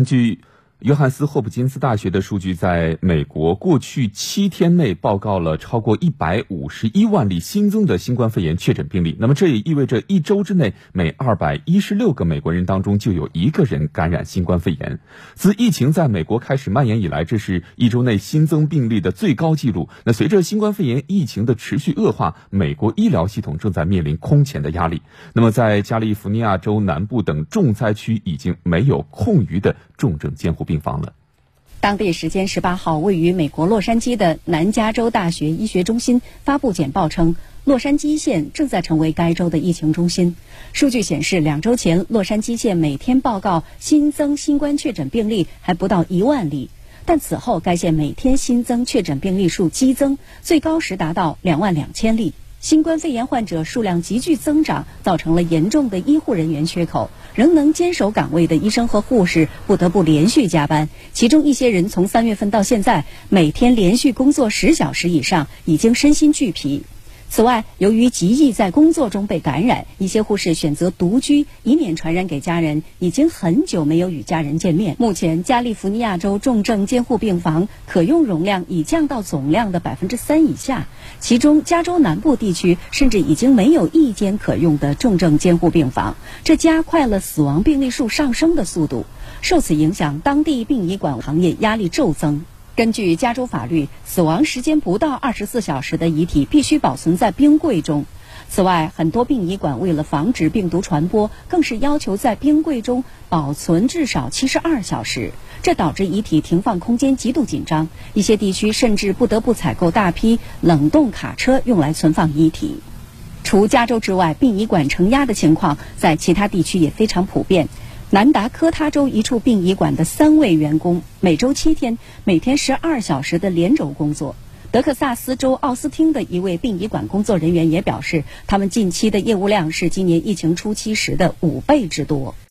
根据约翰斯霍普金斯大学的数据，在美国过去7天内报告了超过151万例新增的新冠肺炎确诊病例。那么这也意味着1周之内，每216个美国人当中就有1个人感染新冠肺炎。自疫情在美国开始蔓延以来，这是1周内新增病例的最高纪录。那随着新冠肺炎疫情的持续恶化，美国医疗系统正在面临空前的压力。那么在加利福尼亚州南部等重灾区已经没有空余的重症监护病房了。 当地时间18号，位于美国洛杉矶的南加州大学医学中心发布简报称，洛杉矶县正在成为该州的疫情中心。数据显示，2周前洛杉矶县每天报告新增新冠确诊病例还不到1万例，但此后该县每天新增确诊病例数激增，最高时达到22000例。新冠肺炎患者数量急剧增长，造成了严重的医护人员缺口，仍能坚守岗位的医生和护士不得不连续加班，其中一些人从3月份到现在，每天连续工作10小时以上，已经身心俱疲。此外，由于极易在工作中被感染，一些护士选择独居，以免传染给家人，已经很久没有与家人见面。目前，加利福尼亚州重症监护病房可用容量已降到总量的3%以下，其中加州南部地区甚至已经没有1间可用的重症监护病房，这加快了死亡病例数上升的速度。受此影响，当地殡仪馆行业压力骤增。根据加州法律，死亡时间不到24小时的遗体必须保存在冰柜中。此外，很多殡仪馆为了防止病毒传播，更是要求在冰柜中保存至少72小时，这导致遗体停放空间极度紧张，一些地区甚至不得不采购大批冷冻卡车用来存放遗体。除加州之外，殡仪馆承压的情况在其他地区也非常普遍。南达科他州一处殡仪馆的3位员工每周7天，每天12小时的连轴工作。德克萨斯州奥斯汀的一位殡仪馆工作人员也表示，他们近期的业务量是今年疫情初期时的5倍之多。